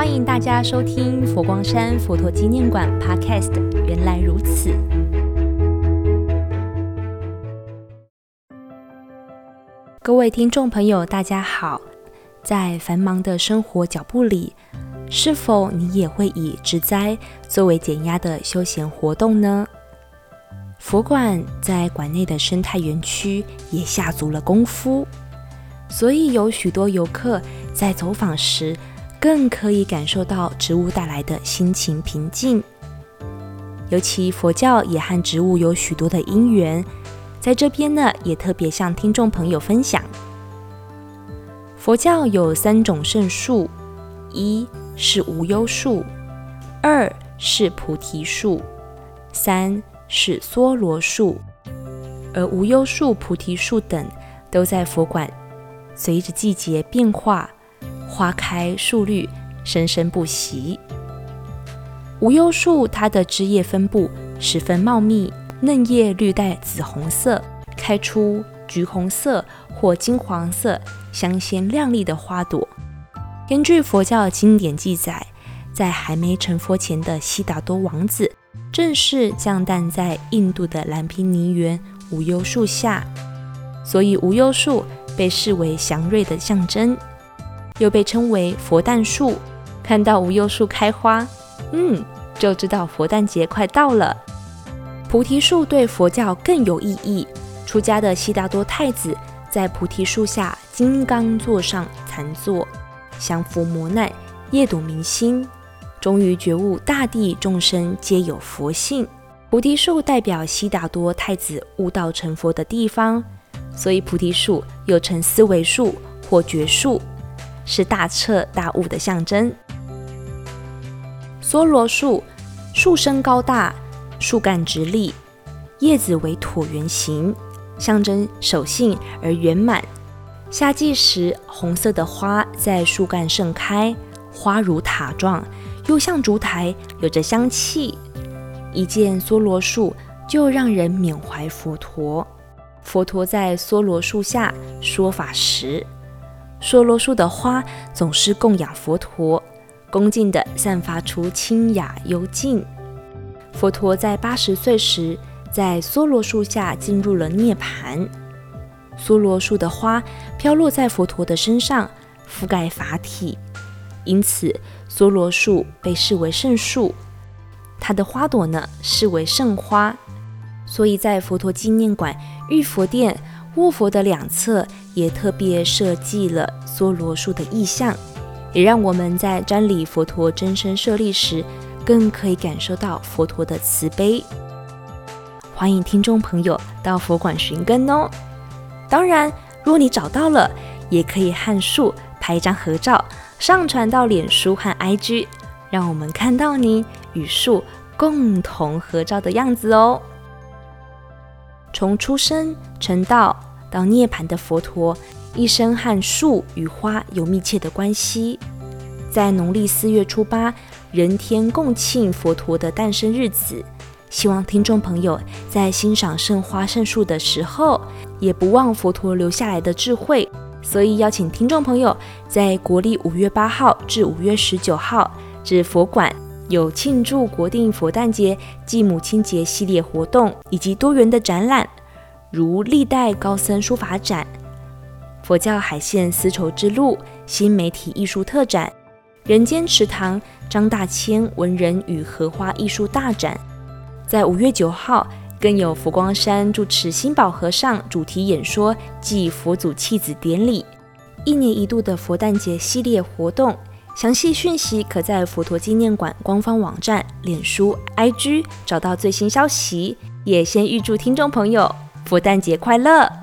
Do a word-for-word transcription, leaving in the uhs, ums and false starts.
欢迎大家收听佛光山佛陀纪念馆 Podcast。原来如此。各位听众朋友，大家好。在繁忙的生活脚步里，是否你也会以植栽作为减压的休闲活动呢？佛馆在馆内的生态园区也下足了功夫，所以有许多游客在走访时更可以感受到植物带来的心情平静。尤其佛教也和植物有许多的因缘，在这边呢也特别向听众朋友分享。佛教有三种圣树，一是无忧树，二是菩提树，三是梭罗树。而无忧树、菩提树等都在佛馆随着季节变化，花开树绿，生生不息。无忧树它的枝叶分布十分茂密，嫩叶绿带紫红色，开出橘红色或金黄色香鲜亮丽的花朵。根据佛教经典记载，在还没成佛前的悉达多王子正是降诞在印度的蓝毗尼园无忧树下，所以无忧树被视为祥瑞的象征，又被称为佛诞树。看到无忧树开花，嗯，就知道佛诞节快到了。菩提树对佛教更有意义。出家的悉达多太子在菩提树下金刚座上禅坐，降伏磨难，夜睹明星，终于觉悟大地众生皆有佛性。菩提树代表悉达多太子悟道成佛的地方，所以菩提树又称思维树或觉树，是大彻大悟的象征。梭罗树树身高大，树干直立，叶子为椭圆形，象征守信而圆满。夏季时，红色的花在树干盛开，花如塔状，又像烛台，有着香气。一见梭罗树，就让人缅怀佛陀。佛陀在梭罗树下说法时，梭罗树的花总是供养佛陀，恭敬地散发出清雅幽静。佛陀在八十岁时，在梭罗树下进入了涅槃。梭罗树的花飘落在佛陀的身上，覆盖法体，因此梭罗树被视为圣树。它的花朵呢，视为圣花，所以在佛陀纪念馆玉佛殿卧佛的两侧也特别设计了梭罗树的意象，也让我们在瞻礼佛陀真身舍利时，更可以感受到佛陀的慈悲。欢迎听众朋友到佛馆寻根哦。当然，如果你找到了，也可以和树拍一张合照，上传到脸书和 I G， 让我们看到你与树共同合照的样子哦。从出生成道到涅槃的佛陀，一生和树与花有密切的关系。在农历四月初八，人天共庆佛陀的诞生日子，希望听众朋友在欣赏圣花圣树的时候，也不忘佛陀留下来的智慧。所以邀请听众朋友在国历五月八号至五月十九号至佛馆有庆祝国定佛诞节暨母亲节系列活动，以及多元的展览，如历代高僧书法展、佛教海线丝绸之路新媒体艺术特展、人间池塘张大千文人与荷花艺术大展。在五月九号更有佛光山住持心保和尚主题演说暨佛祖弃子典礼，一年一度的佛诞节系列活动。详细讯息可在佛陀纪念馆官方网站、脸书、I G 找到最新消息。也先预祝听众朋友佛诞节快乐！